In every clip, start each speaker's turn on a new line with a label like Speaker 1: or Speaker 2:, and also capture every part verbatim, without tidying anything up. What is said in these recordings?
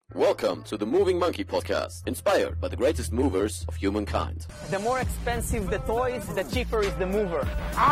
Speaker 1: Welcome to the Moving Monkey Podcast, inspired by the greatest movers of humankind.
Speaker 2: The more expensive the toys, the cheaper is the mover.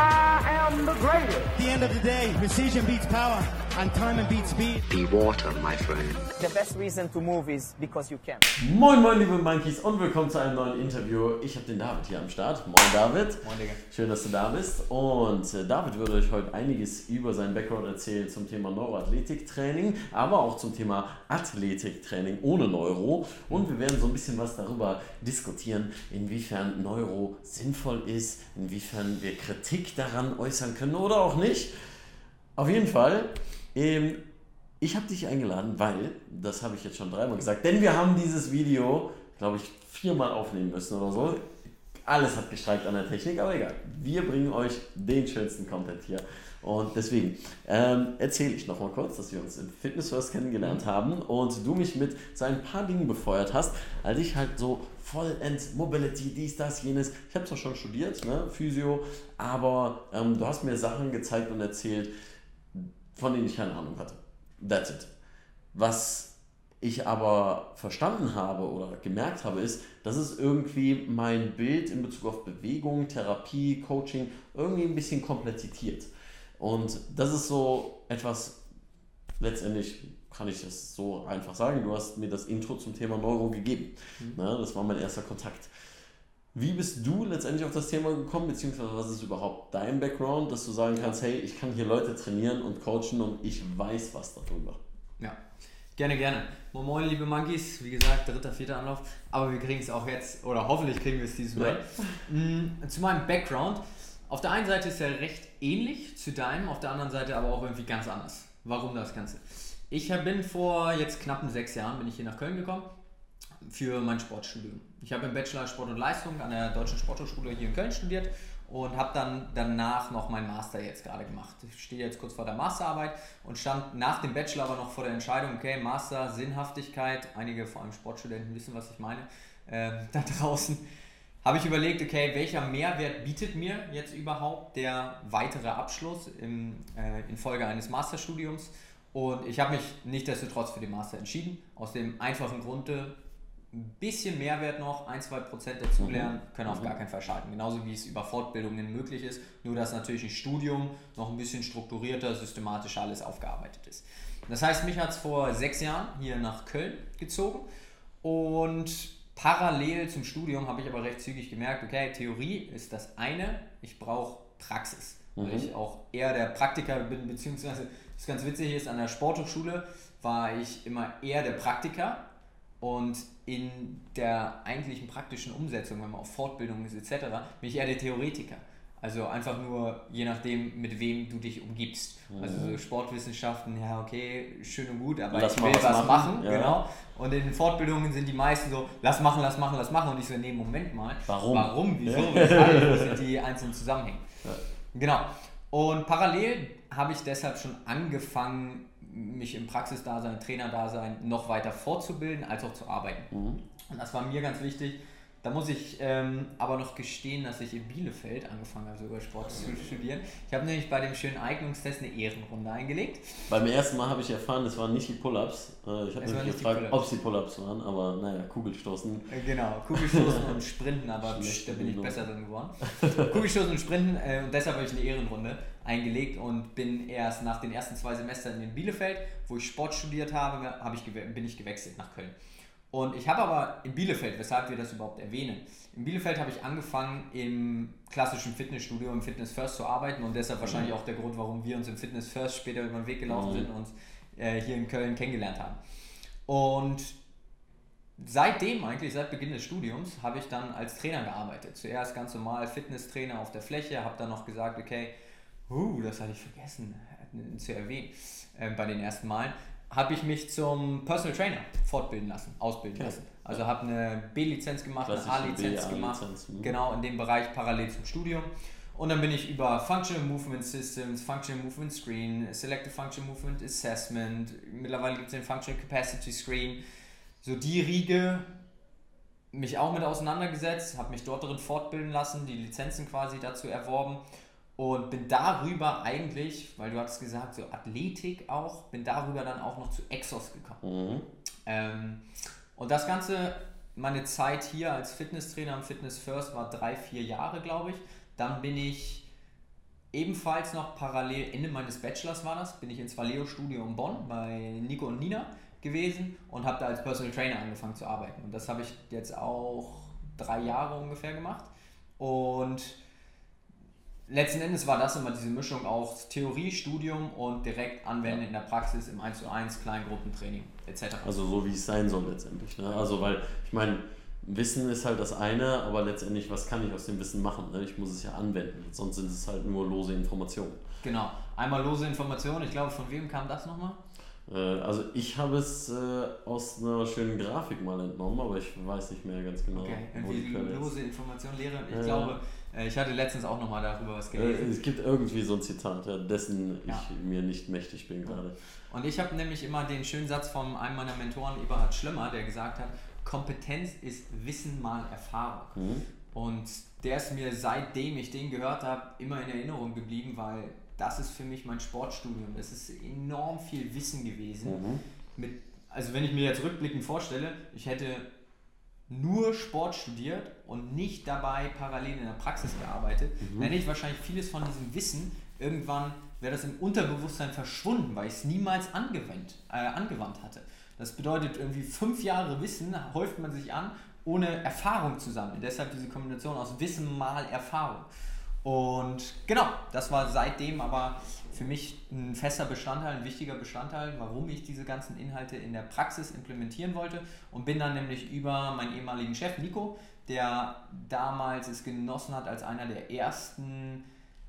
Speaker 3: I am the greatest.
Speaker 4: At the end of the day, precision beats power, and time beats speed.
Speaker 5: Be water, my friend.
Speaker 2: The best reason to move is because you can.
Speaker 6: Moin moin liebe Monkeys und willkommen zu einem neuen Interview. Ich habe den David hier am Start. Moin David.
Speaker 7: Moin Digga.
Speaker 6: Schön, dass du da bist. Und äh, David würde euch heute einiges über seinen Background erzählen zum Thema Neuroathletiktraining, aber auch zum Thema Athletiktraining ohne Neuro. Und wir werden so ein bisschen was darüber diskutieren, inwiefern Neuro sinnvoll ist, inwiefern wir Kritik daran äußern können oder auch nicht. Auf jeden Fall, ähm, ich habe dich eingeladen, weil, das habe ich jetzt schon dreimal gesagt, denn wir haben dieses Video, glaube ich, viermal aufnehmen müssen oder so. Alles hat gestreikt an der Technik, aber egal. Wir bringen euch den schönsten Content hier. Und deswegen ähm, erzähle ich nochmal kurz, dass wir uns im Fitness First kennengelernt haben und du mich mit so ein paar Dingen befeuert hast, als ich halt so vollends Mobility, dies, das, jenes, ich habe zwar schon studiert, ne, Physio, aber ähm, du hast mir Sachen gezeigt und erzählt, von denen ich keine Ahnung hatte. That's it. Was ich aber verstanden habe oder gemerkt habe, ist, dass es irgendwie mein Bild in Bezug auf Bewegung, Therapie, Coaching irgendwie ein bisschen komplettiert. Und das ist so etwas, letztendlich kann ich das so einfach sagen, du hast mir das Intro zum Thema Neuro gegeben. Mhm. Ne, das war mein erster Kontakt. Wie bist du letztendlich auf das Thema gekommen, beziehungsweise was ist überhaupt dein Background, dass du sagen kannst, hey, ich kann hier Leute trainieren und coachen und ich weiß was darüber?
Speaker 7: Ja, gerne, gerne. Moin moin, liebe Monkeys, wie gesagt, dritter, vierter Anlauf, aber wir kriegen es auch jetzt, oder hoffentlich kriegen wir es dieses Mal. Ja. Zu meinem Background, auf der einen Seite ist er recht ähnlich zu deinem, auf der anderen Seite aber auch irgendwie ganz anders. Warum das Ganze? Ich bin vor jetzt knappen sechs Jahren, bin ich hier nach Köln gekommen, für mein Sportstudium. Ich habe im Bachelor Sport und Leistung an der Deutschen Sporthochschule hier in Köln studiert und habe dann danach noch meinen Master jetzt gerade gemacht. Ich stehe jetzt kurz vor der Masterarbeit und stand nach dem Bachelor aber noch vor der Entscheidung, okay, Master, Sinnhaftigkeit, einige vor allem Sportstudenten wissen, was ich meine, äh, da draußen, habe ich überlegt, okay, welcher Mehrwert bietet mir jetzt überhaupt der weitere Abschluss im, äh, infolge eines Masterstudiums, und ich habe mich nichtsdestotrotz für den Master entschieden, aus dem einfachen Grunde, ein bisschen Mehrwert noch, ein, zwei Prozent dazulernen, können auf gar keinen Fall schaden. Genauso wie es über Fortbildungen möglich ist, nur dass natürlich ein Studium noch ein bisschen strukturierter, systematischer alles aufgearbeitet ist. Das heißt, mich hat es vor sechs Jahren hier nach Köln gezogen und parallel zum Studium habe ich aber recht zügig gemerkt, okay, Theorie ist das eine, ich brauche Praxis, weil ich auch eher der Praktiker bin, beziehungsweise das ganz witzig ist, an der Sporthochschule war ich immer eher der Praktiker. Und in der eigentlichen praktischen Umsetzung, wenn man auf Fortbildung ist et cetera, bin ich eher der Theoretiker. Also einfach nur je nachdem, mit wem du dich umgibst. Mhm. Also so Sportwissenschaften, ja okay, schön und gut, aber
Speaker 6: lass
Speaker 7: ich will
Speaker 6: was
Speaker 7: was
Speaker 6: machen.
Speaker 7: machen,
Speaker 6: Ja.
Speaker 7: genau. Und in den Fortbildungen sind die meisten so, lass machen, lass machen, lass machen. Und ich so, nee, Moment mal.
Speaker 6: Warum?
Speaker 7: Warum? Wieso? Weshalb? Wo sind die einzelnen Zusammenhänge?
Speaker 6: Ja.
Speaker 7: Genau. Und parallel habe ich deshalb schon angefangen, mich im Praxisdasein, Trainerdasein noch weiter fortzubilden, als auch zu arbeiten. Mhm. Und das war mir ganz wichtig. Da muss ich ähm, aber noch gestehen, dass ich in Bielefeld angefangen habe, sogar Sport zu studieren. Ich habe nämlich bei dem schönen Eignungstest eine Ehrenrunde eingelegt.
Speaker 6: Beim ersten Mal habe ich erfahren, es waren nicht die Pull-Ups. Ich habe nämlich gefragt, ob es die Pull-Ups waren, aber naja, Kugelstoßen.
Speaker 7: Genau, Kugelstoßen und Sprinten, aber pst, da bin ich besser drin geworden. Kugelstoßen und Sprinten, äh, und deshalb habe ich eine Ehrenrunde eingelegt und bin erst nach den ersten zwei Semestern in Bielefeld, wo ich Sport studiert habe, habe ich, bin ich gewechselt nach Köln. Und ich habe aber in Bielefeld, weshalb wir das überhaupt erwähnen, in Bielefeld habe ich angefangen im klassischen Fitnessstudio, im Fitness First zu arbeiten, und deshalb wahrscheinlich auch der Grund, warum wir uns im Fitness First später über den Weg gelaufen sind und uns äh, hier in Köln kennengelernt haben. Und seitdem eigentlich, seit Beginn des Studiums, habe ich dann als Trainer gearbeitet. Zuerst ganz normal Fitnesstrainer auf der Fläche, habe dann noch gesagt, okay, uh, das hatte ich vergessen zu erwähnen äh, bei den ersten Malen, habe ich mich zum Personal Trainer fortbilden lassen, ausbilden okay. lassen. Also habe eine B-Lizenz gemacht, eine A-Lizenz gemacht, genau in dem Bereich parallel zum Studium. Und dann bin ich über Functional Movement Systems, Functional Movement Screen, Selective Functional Movement Assessment, mittlerweile gibt es den Functional Capacity Screen, so die Riege, mich auch mit auseinandergesetzt, habe mich dort drin fortbilden lassen, die Lizenzen quasi dazu erworben. Und bin darüber eigentlich, weil du hattest gesagt, so Athletik auch, bin darüber dann auch noch zu Exos gekommen. Mhm. Ähm, und das Ganze, meine Zeit hier als Fitnesstrainer am Fitness First war drei, vier Jahre, glaube ich. Dann bin ich ebenfalls noch parallel, Ende meines Bachelors war das, bin ich ins Valeo-Studio in Bonn bei Nico und Nina gewesen und habe da als Personal Trainer angefangen zu arbeiten. Und das habe ich jetzt auch drei Jahre ungefähr gemacht. Und letzten Endes war das immer diese Mischung aus Theorie, Studium und direkt anwenden in der Praxis im eins zu eins, Kleingruppentraining et cetera.
Speaker 6: Also so wie es sein soll letztendlich. Ne? Also weil, ich meine, Wissen ist halt das eine, aber letztendlich, was kann ich aus dem Wissen machen? Ne? Ich muss es ja anwenden, sonst sind es halt nur lose Informationen.
Speaker 7: Genau, einmal lose Informationen, ich glaube, von wem kam das nochmal?
Speaker 6: Äh, also ich habe es äh, aus einer schönen Grafik mal entnommen, aber ich weiß nicht mehr ganz genau.
Speaker 7: Okay,
Speaker 6: wo die
Speaker 7: irgendwie
Speaker 6: Quelle
Speaker 7: lose
Speaker 6: ist.
Speaker 7: Informationen, Lehre, ich
Speaker 6: Ja,
Speaker 7: glaube, äh, ich hatte letztens auch nochmal darüber was
Speaker 6: Äh,
Speaker 7: gelesen.
Speaker 6: es gibt irgendwie so ein Zitat, ja, dessen
Speaker 7: Ja.
Speaker 6: ich mir nicht mächtig bin gerade.
Speaker 7: Und ich habe nämlich immer den schönen Satz von einem meiner Mentoren, Eberhard Schlemmer, der gesagt hat, Kompetenz ist Wissen mal Erfahrung.
Speaker 6: Mhm.
Speaker 7: Und der ist mir, seitdem ich den gehört habe, immer in Erinnerung geblieben, weil das ist für mich mein Sportstudium. Das ist enorm viel Wissen gewesen.
Speaker 6: Mhm.
Speaker 7: Mit, also wenn ich mir jetzt rückblickend vorstelle, ich hätte nur Sport studiert und nicht dabei parallel in der Praxis gearbeitet,
Speaker 6: Mhm.
Speaker 7: dann hätte ich wahrscheinlich vieles von diesem Wissen irgendwann, wäre das im Unterbewusstsein verschwunden, weil ich es niemals angewandt, äh, angewandt hatte. Das bedeutet, irgendwie fünf Jahre Wissen häuft man sich an, ohne Erfahrung zu sammeln. Deshalb diese Kombination aus Wissen mal Erfahrung. Und genau, das war seitdem aber für mich ein fester Bestandteil, ein wichtiger Bestandteil, warum ich diese ganzen Inhalte in der Praxis implementieren wollte und bin dann nämlich über meinen ehemaligen Chef Nico, der damals es genossen hat, als einer der ersten,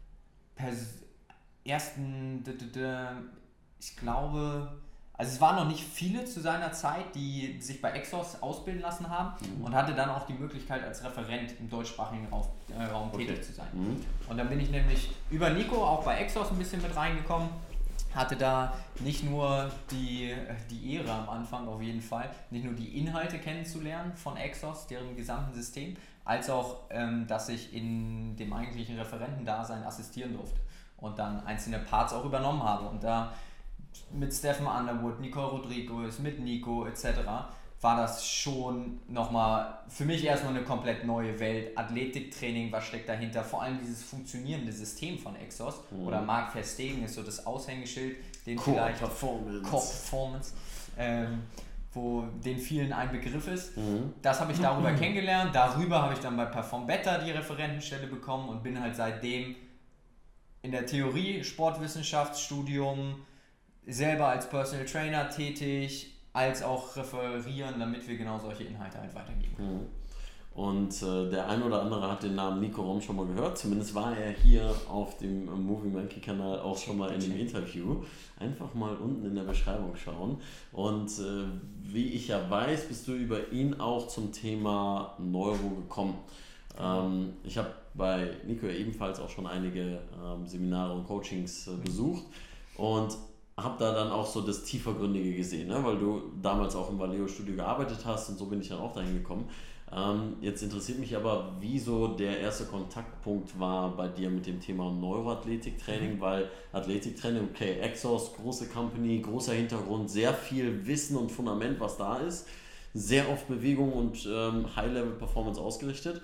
Speaker 7: Pers- ersten, d- d- d- ich glaube, also es waren noch nicht viele zu seiner Zeit, die sich bei Exos ausbilden lassen haben
Speaker 6: Mhm.
Speaker 7: und hatte dann auch die Möglichkeit als Referent im deutschsprachigen Raum, äh, Raum
Speaker 6: Okay.
Speaker 7: tätig zu sein.
Speaker 6: Mhm.
Speaker 7: Und dann bin ich nämlich über Nico auch bei Exos ein bisschen mit reingekommen, hatte da nicht nur die, die Ehre am Anfang auf jeden Fall, nicht nur die Inhalte kennenzulernen von Exos, deren gesamten System, als auch, ähm, dass ich in dem eigentlichen Referentendasein assistieren durfte und dann einzelne Parts auch übernommen habe. Und da mit Stephen Underwood, Nicole Rodriguez, mit Nico et cetera war das schon nochmal für mich erstmal eine komplett neue Welt. Athletiktraining, was steckt dahinter? Vor allem dieses funktionierende System von Exos
Speaker 6: Mhm.
Speaker 7: oder Marc Verstegen ist so das Aushängeschild, den
Speaker 6: Core
Speaker 7: vielleicht
Speaker 6: Performance.
Speaker 7: Core Performance, ähm, wo den vielen ein Begriff ist.
Speaker 6: Mhm.
Speaker 7: Das habe ich darüber kennengelernt. Darüber habe ich dann bei Perform Better die Referentenstelle bekommen und bin halt seitdem in der Theorie, Sportwissenschaftsstudium, selber als Personal Trainer tätig, als auch referieren, damit wir genau solche Inhalte halt weitergeben können.
Speaker 6: Mhm. Und äh, der ein oder andere hat den Namen Nico Rom schon mal gehört, zumindest war er hier auf dem äh, Moving Monkey Kanal auch schon mal in dem Interview. Einfach mal unten in der Beschreibung schauen. Und äh, wie ich ja weiß, bist du über ihn auch zum Thema Neuro gekommen. Ähm, ich habe bei Nico ebenfalls auch schon einige ähm, Seminare und Coachings äh, besucht und habe da dann auch so das Tiefergründige gesehen, ne? Weil du damals auch im Valeo-Studio gearbeitet hast und so bin ich dann auch dahin gekommen. Ähm, jetzt interessiert mich aber, wie so der erste Kontaktpunkt war bei dir mit dem Thema Neuroathletiktraining, mhm. weil Athletiktraining, okay, Exos, große Company, großer Hintergrund, sehr viel Wissen und Fundament, was da ist, sehr auf Bewegung und ähm, High-Level-Performance ausgerichtet.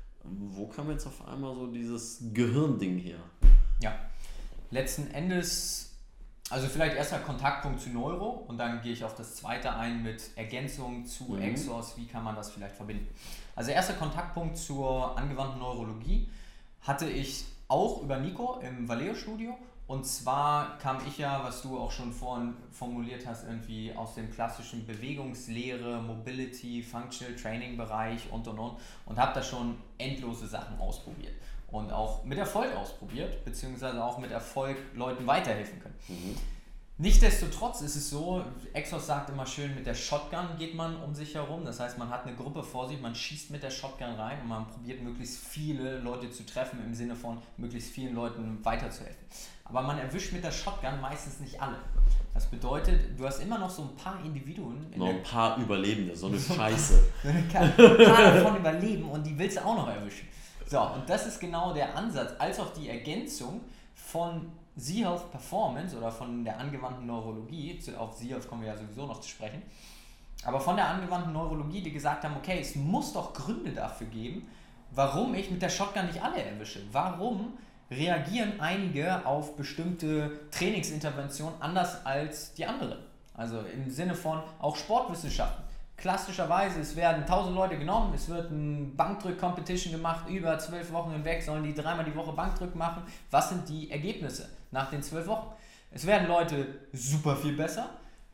Speaker 6: Wo kam jetzt auf einmal so dieses Gehirnding her?
Speaker 7: Ja, letzten Endes, also vielleicht erster Kontaktpunkt zu Neuro und dann gehe ich auf das zweite ein mit Ergänzung zu
Speaker 6: Mhm.
Speaker 7: Exos, wie kann man das vielleicht verbinden. Also erster Kontaktpunkt zur angewandten Neurologie hatte ich auch über Nico im Valeo-Studio und zwar kam ich ja, was du auch schon vorhin formuliert hast, irgendwie aus dem klassischen Bewegungslehre, Mobility, Functional Training Bereich und und und und habe da schon endlose Sachen ausprobiert. Und auch mit Erfolg ausprobiert, beziehungsweise auch mit Erfolg Leuten weiterhelfen können. Mhm. Nichtsdestotrotz ist es so, Exos sagt immer schön, mit der Shotgun geht man um sich herum. Das heißt, man hat eine Gruppe vor sich, man schießt mit der Shotgun rein und man probiert möglichst viele Leute zu treffen, im Sinne von möglichst vielen Leuten weiterzuhelfen. Aber man erwischt mit der Shotgun meistens nicht alle. Das bedeutet, du hast immer noch so ein paar Individuen.
Speaker 6: Noch ein paar Überlebende, so eine Scheiße.
Speaker 7: ein paar davon überleben und die willst du auch noch erwischen. So, und das ist genau der Ansatz, als auch die Ergänzung von Z-Health Performance oder von der angewandten Neurologie, auf Z-Health kommen wir ja sowieso noch zu sprechen, aber von der angewandten Neurologie, die gesagt haben, okay, es muss doch Gründe dafür geben, warum ich mit der Shotgun nicht alle erwische. Warum reagieren einige auf bestimmte Trainingsinterventionen anders als die anderen? Also im Sinne von auch Sportwissenschaften. Klassischerweise, es werden tausend Leute genommen, es wird ein Bankdrück-Competition gemacht, über zwölf Wochen hinweg sollen die dreimal die Woche Bankdrück machen. Was sind die Ergebnisse nach den zwölf Wochen? Es werden Leute super viel besser,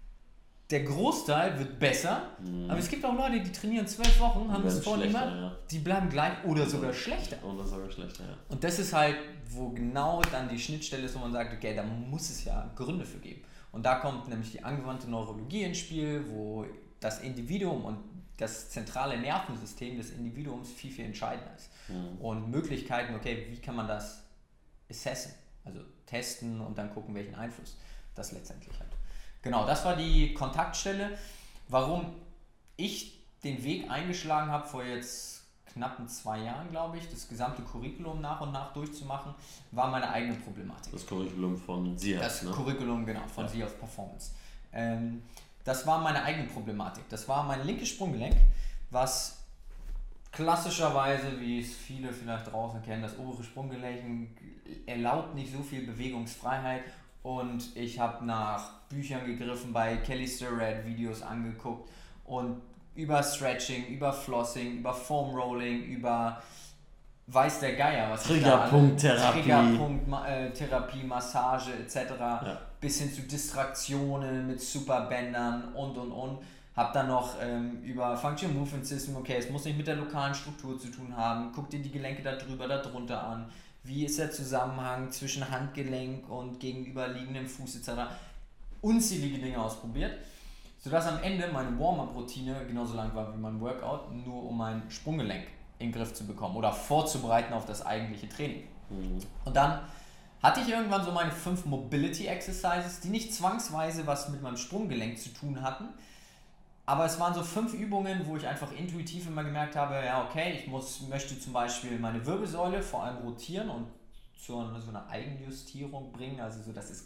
Speaker 7: der Großteil wird besser, mhm. aber es gibt auch Leute, die trainieren zwölf Wochen, haben es vorhin immer, ja. die bleiben gleich oder sogar schlechter.
Speaker 6: Oder sogar schlechter, ja.
Speaker 7: Und das ist halt, wo genau dann die Schnittstelle ist, wo man sagt, okay, da muss es ja Gründe für geben. Und da kommt nämlich die angewandte Neurologie ins Spiel, wo das Individuum und das zentrale Nervensystem des Individuums viel, viel entscheidender ist. Mhm. Und Möglichkeiten, okay, wie kann man das assessen? Also testen und dann gucken, welchen Einfluss das letztendlich hat. Genau, das war die Kontaktstelle. Warum ich den Weg eingeschlagen habe, vor jetzt knappen zwei Jahren, glaube ich, das gesamte Curriculum nach und nach durchzumachen, war meine eigene Problematik.
Speaker 6: Das Curriculum von Sie
Speaker 7: Das
Speaker 6: ne?
Speaker 7: Curriculum, genau, von ja. Sie auf Performance. Ähm, das war meine eigene Problematik. Das war mein linkes Sprunggelenk, was klassischerweise, wie es viele vielleicht draußen kennen, das obere Sprunggelenk erlaubt nicht so viel Bewegungsfreiheit. Und ich habe nach Büchern gegriffen, bei Kelly Starrett Videos angeguckt und über Stretching, über Flossing, über Foam Rolling, über weiß der Geier, was
Speaker 6: Triggerpunkt-Therapie,
Speaker 7: Triggerpunkt-Therapie, Massage et cetera.
Speaker 6: Ja.
Speaker 7: Bis hin zu Distraktionen mit Superbändern und und und. Hab dann noch ähm, über Functional Movement System, okay, es muss nicht mit der lokalen Struktur zu tun haben. Guck dir die Gelenke da drüber, da drunter an. Wie ist der Zusammenhang zwischen Handgelenk und gegenüberliegendem Fuß et cetera. Unzählige Dinge ausprobiert, sodass am Ende meine Warm-Up-Routine genauso lang war wie mein Workout, nur um mein Sprunggelenk in den Griff zu bekommen oder vorzubereiten auf das eigentliche Training. Mhm. Und dann hatte ich irgendwann so meine fünf Mobility Exercises, die nicht zwangsweise was mit meinem Sprunggelenk zu tun hatten, aber es waren so fünf Übungen, wo ich einfach intuitiv immer gemerkt habe, ja okay, ich muss, möchte zum Beispiel meine Wirbelsäule vor allem rotieren und zu so einer Eigenjustierung bringen, also so, dass es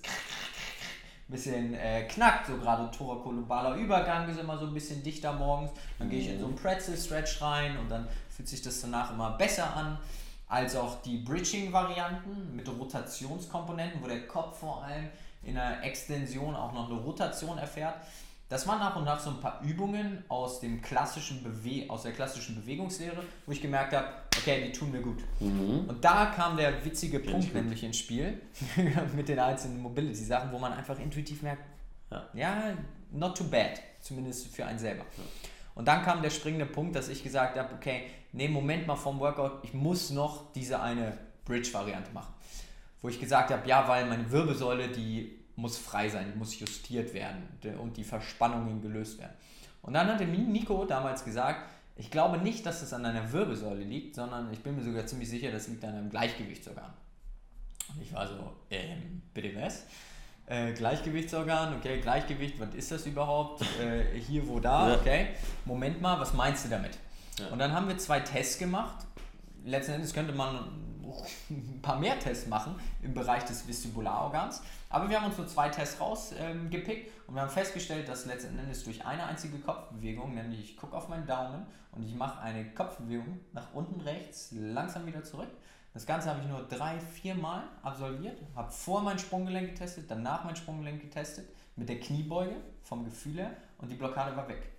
Speaker 7: ein bisschen äh, knackt, so gerade thorakolumbaler Übergang ist immer so ein bisschen dichter morgens, dann gehe ich in so einen Pretzel-Stretch rein und dann fühlt sich das danach immer besser an, als auch die Bridging-Varianten mit Rotationskomponenten, wo der Kopf vor allem in der Extension auch noch eine Rotation erfährt. Das waren nach und nach so ein paar Übungen aus, dem klassischen Bewe- aus der klassischen Bewegungslehre, wo ich gemerkt habe, okay, die tun mir gut. Mhm. Und da kam der witzige ja, Punkt nämlich ins Spiel mit den einzelnen Mobility-Sachen, wo man einfach intuitiv merkt, ja, ja not too bad, zumindest für einen selber. Ja. Und dann kam der springende Punkt, dass ich gesagt habe, okay, nee, Moment mal vom Workout, ich muss noch diese eine Bridge-Variante machen. Wo ich gesagt habe, ja, weil meine Wirbelsäule, die muss frei sein, die muss justiert werden und die Verspannungen gelöst werden. Und dann hatte Nico damals gesagt, ich glaube nicht, dass es an einer Wirbelsäule liegt, sondern ich bin mir sogar ziemlich sicher, das liegt an einem Gleichgewichtsorgan. Und ich war so, ähm, bitte was? Äh, Gleichgewichtsorgan, okay, Gleichgewicht, was ist das überhaupt? Äh, hier, wo, da, okay. Moment mal, was meinst du damit? Ja. Und dann haben wir zwei Tests gemacht. Letzten Endes könnte man ein paar mehr Tests machen im Bereich des Vestibularorgans. Aber wir haben uns nur zwei Tests rausgepickt ähm, und wir haben festgestellt, dass letzten Endes durch eine einzige Kopfbewegung, nämlich ich gucke auf meinen Daumen und ich mache eine Kopfbewegung nach unten rechts, langsam wieder zurück. Das Ganze habe ich nur drei, vier Mal absolviert, habe vor mein Sprunggelenk getestet, danach mein Sprunggelenk getestet, mit der Kniebeuge vom Gefühl her und die Blockade war weg.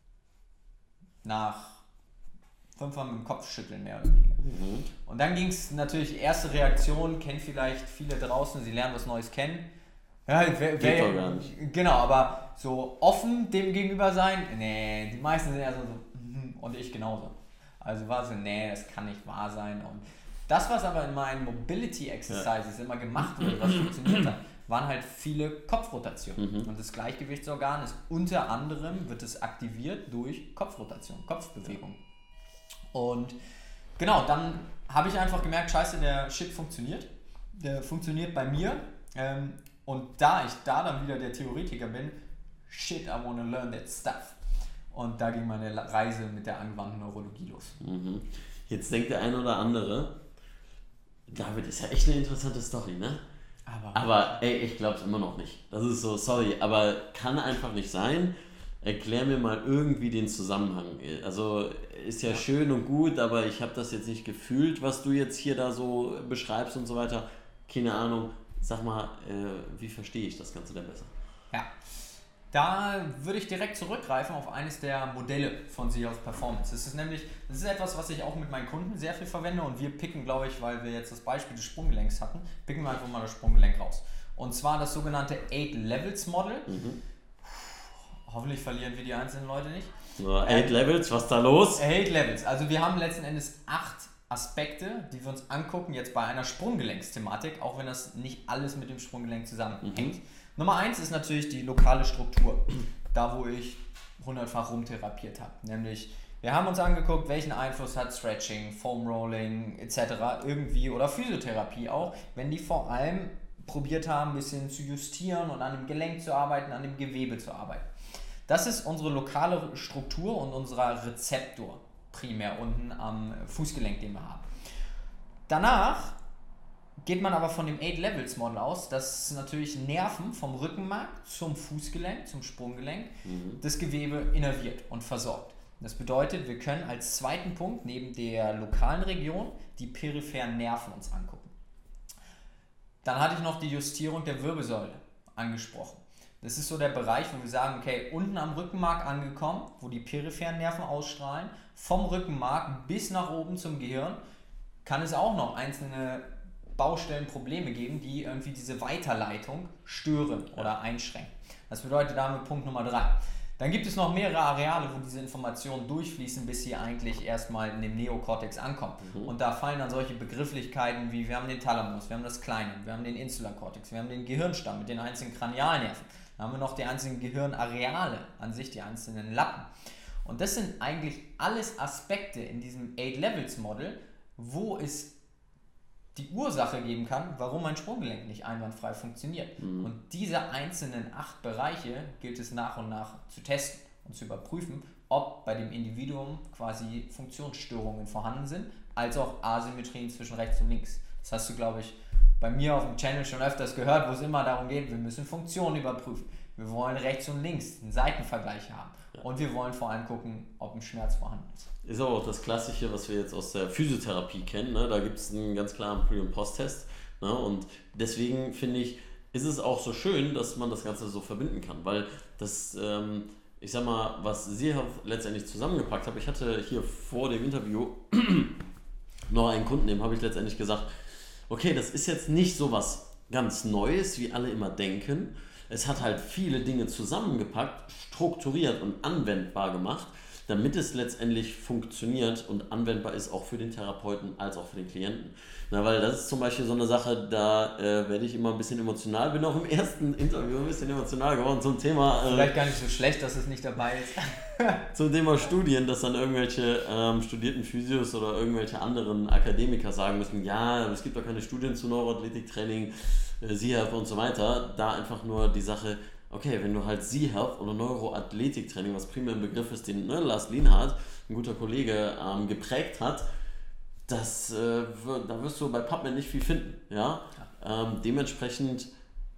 Speaker 7: Nach fünfmal mit dem Kopf schütteln, mehr oder weniger. Mhm. Und dann ging es natürlich, erste Reaktion, kennen vielleicht viele draußen, sie lernen was Neues kennen. Ja, wer, wer, gar nicht. Genau, aber so offen dem gegenüber sein, nee, die meisten sind ja so, so und ich genauso. Also war so, nee, das kann nicht wahr sein. Und das, was aber in meinen Mobility Exercises ja. immer gemacht wurde, was funktioniert hat, waren halt viele Kopfrotationen. Mhm. Und das Gleichgewichtsorgan ist unter anderem, wird es aktiviert durch Kopfrotation, Kopfbewegung. Und genau, dann habe ich einfach gemerkt, scheiße, der Shit funktioniert. Der funktioniert bei mir. Ähm, und da ich da dann wieder der Theoretiker bin, shit, I wanna learn that stuff. Und da ging meine Reise mit der angewandten Neurologie los.
Speaker 6: Mhm. Jetzt denkt der eine oder andere, David, ist ja echt eine interessante Story, ne? Aber, aber ey, ich glaube es immer noch nicht. Das ist so, sorry, aber kann einfach nicht sein, erklär mir mal irgendwie den Zusammenhang. Also ist ja schön und gut, aber ich habe das jetzt nicht gefühlt, was du jetzt hier da so beschreibst und so weiter. Keine Ahnung. Sag mal, äh, wie verstehe ich das Ganze denn besser?
Speaker 7: Ja, da würde ich direkt zurückgreifen auf eines der Modelle von Seahawks Performance. Das ist nämlich, das ist etwas, was ich auch mit meinen Kunden sehr viel verwende und wir picken, glaube ich, weil wir jetzt das Beispiel des Sprunggelenks hatten, picken wir einfach mal das Sprunggelenk raus. Und zwar das sogenannte Eight Levels Model. Mhm. Hoffentlich verlieren wir die einzelnen Leute nicht.
Speaker 6: So, Eight äh, Levels, was ist da los?
Speaker 7: Eight Levels. Also wir haben letzten Endes acht Aspekte, die wir uns angucken, jetzt bei einer Sprunggelenksthematik, auch wenn das nicht alles mit dem Sprunggelenk zusammenhängt. Mhm. Nummer eins ist natürlich die lokale Struktur. Da, wo ich hundertfach rumtherapiert habe. Nämlich, wir haben uns angeguckt, welchen Einfluss hat Stretching, Foam Rolling et cetera irgendwie oder Physiotherapie auch, wenn die vor allem probiert haben, ein bisschen zu justieren und an dem Gelenk zu arbeiten, an dem Gewebe zu arbeiten. Das ist unsere lokale Struktur und unser Rezeptor, primär unten am Fußgelenk, den wir haben. Danach geht man aber von dem Eight Levels Model aus, dass natürlich Nerven vom Rückenmark zum Fußgelenk, zum Sprunggelenk, mhm. das Gewebe innerviert und versorgt. Das bedeutet, wir können als zweiten Punkt neben der lokalen Region die peripheren Nerven uns angucken. Dann hatte ich noch die Justierung der Wirbelsäule angesprochen. Das ist so der Bereich, wo wir sagen, okay, unten am Rückenmark angekommen, wo die peripheren Nerven ausstrahlen, vom Rückenmark bis nach oben zum Gehirn, kann es auch noch einzelne Baustellen, Probleme geben, die irgendwie diese Weiterleitung stören oder einschränken. Das bedeutet, da haben wir Punkt Nummer drei. Dann gibt es noch mehrere Areale, wo diese Informationen durchfließen, bis sie eigentlich erstmal in dem Neokortex ankommen. Mhm. Und da fallen dann solche Begrifflichkeiten wie, wir haben den Thalamus, wir haben das Kleine, wir haben den Insularkortex, wir haben den Gehirnstamm mit den einzelnen Kranialnerven. Dann haben wir noch die einzelnen Gehirnareale an sich, die einzelnen Lappen. Und das sind eigentlich alles Aspekte in diesem Eight Levels Model, wo es die Ursache geben kann, warum mein Sprunggelenk nicht einwandfrei funktioniert. Mhm. Und diese einzelnen acht Bereiche gilt es nach und nach zu testen und zu überprüfen, ob bei dem Individuum quasi Funktionsstörungen vorhanden sind, als auch Asymmetrien zwischen rechts und links. Das hast du, glaube ich, bei mir auf dem Channel schon öfters gehört, wo es immer darum geht, wir müssen Funktionen überprüfen. Wir wollen rechts und links einen Seitenvergleich haben. Ja. Und wir wollen vor allem gucken, ob ein Schmerz vorhanden ist.
Speaker 6: Ist aber auch das Klassische, was wir jetzt aus der Physiotherapie kennen. Ne? Da gibt es einen ganz klaren Pre- und Post-Test. Ne? Und deswegen finde ich, ist es auch so schön, dass man das Ganze so verbinden kann. Weil das, ähm, ich sag mal, was Sie letztendlich zusammengepackt haben, ich hatte hier vor dem Interview noch einen Kunden, dem habe ich letztendlich gesagt, okay, das ist jetzt nicht so was ganz Neues, wie alle immer denken. Es hat halt viele Dinge zusammengepackt, strukturiert und anwendbar gemacht, damit es letztendlich funktioniert und anwendbar ist, auch für den Therapeuten als auch für den Klienten. Na, weil das ist zum Beispiel so eine Sache, da äh, werde ich immer ein bisschen emotional, bin auch im ersten Interview ein bisschen emotional geworden zum Thema... Äh,
Speaker 7: Vielleicht gar nicht so schlecht, dass es nicht dabei ist.
Speaker 6: Zum Thema Studien, dass dann irgendwelche ähm, studierten Physios oder irgendwelche anderen Akademiker sagen müssen, ja, es gibt doch keine Studien zu Neuroathletiktraining, äh, Seahawks und so weiter. Da einfach nur die Sache... Okay, wenn du halt Seahawks oder Neuroathletiktraining, was primär ein Begriff ist, den ne, Lars Lienhardt, ein guter Kollege, ähm, geprägt hat, das, äh, da wirst du bei PubMed nicht viel finden. Ja? Ja. Ähm, dementsprechend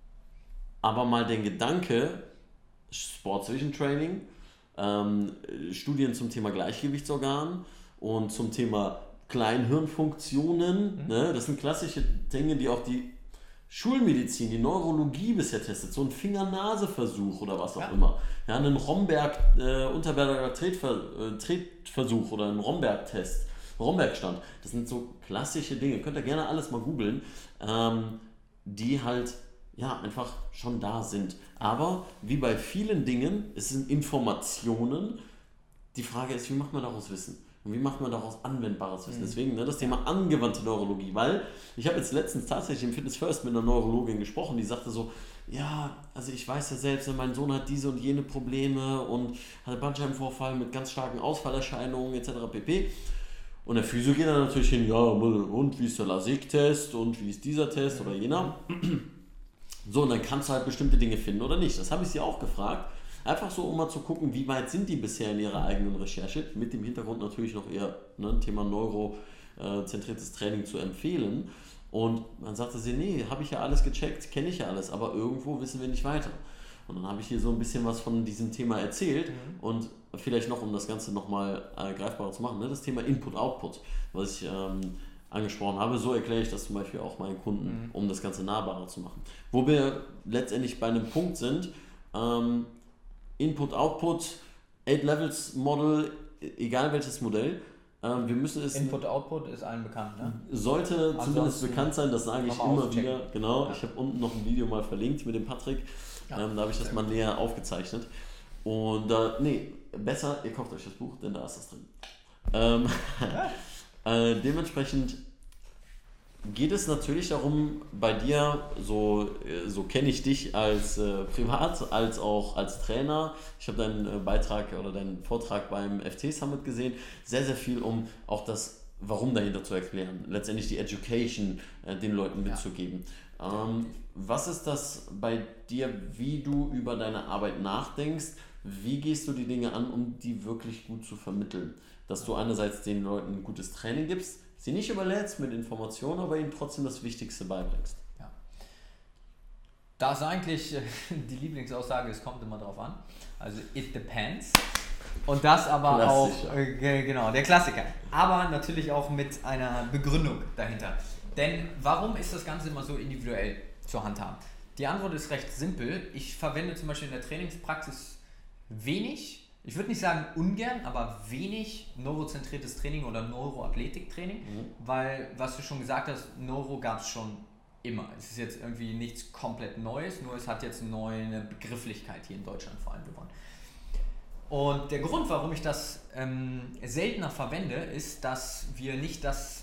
Speaker 6: aber mal den Gedanke, Sports Vision Training, ähm, Studien zum Thema Gleichgewichtsorgan und zum Thema Kleinhirnfunktionen, mhm. ne? Das sind klassische Dinge, die auch die Schulmedizin, die Neurologie bisher testet, so ein Finger-Nase-Versuch oder was auch ja. immer. Ja, einen Romberg, äh, Unterberger Tretver, äh, Tretversuch oder einen Romberg-Test, Romberg-Stand. Das sind so klassische Dinge, könnt ihr gerne alles mal googeln, ähm, die halt ja einfach schon da sind. Aber wie bei vielen Dingen, es sind Informationen. Die Frage ist, wie macht man daraus Wissen? Und wie macht man daraus anwendbares Wissen? Mhm. Deswegen ne, das Thema angewandte Neurologie, weil ich habe jetzt letztens tatsächlich im Fitness First mit einer Neurologin gesprochen, die sagte so, ja, also ich weiß ja selbst, mein Sohn hat diese und jene Probleme und hat einen Bandscheibenvorfall mit ganz starken Ausfallerscheinungen et cetera pp. Und der Physio geht dann natürlich hin, ja, und wie ist der LASIK-Test und wie ist dieser Test oder jener. So, und dann kannst du halt bestimmte Dinge finden oder nicht. Das habe ich sie auch gefragt. Einfach so, um mal zu gucken, wie weit sind die bisher in ihrer eigenen Recherche, mit dem Hintergrund natürlich noch eher ne, Thema neurozentriertes Training zu empfehlen. Und dann sagte sie, nee, habe ich ja alles gecheckt, kenne ich ja alles, aber irgendwo wissen wir nicht weiter. Und dann habe ich hier so ein bisschen was von diesem Thema erzählt
Speaker 7: Mhm.
Speaker 6: und vielleicht noch, um das Ganze nochmal äh, greifbarer zu machen, ne? Das Thema Input-Output, was ich ähm, angesprochen habe, so erkläre ich das zum Beispiel auch meinen Kunden,
Speaker 7: Mhm.
Speaker 6: um das Ganze nahbarer zu machen. Wo wir letztendlich bei einem Punkt sind, ähm, Input-Output, eight Levels Model, egal welches Modell, ähm, wir müssen es...
Speaker 7: Input-Output ist allen bekannt, ne?
Speaker 6: Sollte zumindest
Speaker 7: Ansonsten
Speaker 6: bekannt sein, das sage ich
Speaker 7: nochmal
Speaker 6: immer
Speaker 7: auschecken.
Speaker 6: wieder. Genau,
Speaker 7: Ja.
Speaker 6: ich habe unten noch ein Video mal verlinkt mit dem Patrick.
Speaker 7: Ja,
Speaker 6: ähm, da habe ich das
Speaker 7: sehr
Speaker 6: mal näher aufgezeichnet. Und da, äh, nee, besser, ihr kauft euch das Buch, denn da ist das drin. Ähm, äh, dementsprechend geht es natürlich darum, bei dir, so, äh, so kenne ich dich als äh, Privat, als auch als Trainer. Ich habe deinen äh, Beitrag oder deinen Vortrag beim F T Summit gesehen. Sehr, sehr viel, um auch das Warum dahinter zu erklären. Letztendlich die Education äh, den Leuten mitzugeben. Ähm, was ist das bei dir, wie du über deine Arbeit nachdenkst? Wie gehst du die Dinge an, um die wirklich gut zu vermitteln? Dass du einerseits den Leuten ein gutes Training gibst, sie nicht überlädst mit Informationen, aber ihnen trotzdem das Wichtigste beibringst.
Speaker 7: Ja. Da ist eigentlich äh, die Lieblingsaussage, es kommt immer drauf an. Also it depends. Und das aber
Speaker 6: Klassiker.
Speaker 7: auch, äh, genau, der Klassiker. Aber natürlich auch mit einer Begründung dahinter. Denn warum ist das Ganze immer so individuell zu handhaben? Die Antwort ist recht simpel. Ich verwende zum Beispiel in der Trainingspraxis wenig, ich würde nicht sagen ungern, aber wenig neurozentriertes Training oder Neuroathletiktraining, mhm. weil, was du schon gesagt hast, Neuro gab es schon immer. Es ist jetzt irgendwie nichts komplett Neues, nur es hat jetzt eine neue Begrifflichkeit hier in Deutschland vor allem gewonnen. Und der Grund, warum ich das ähm, seltener verwende, ist, dass wir nicht das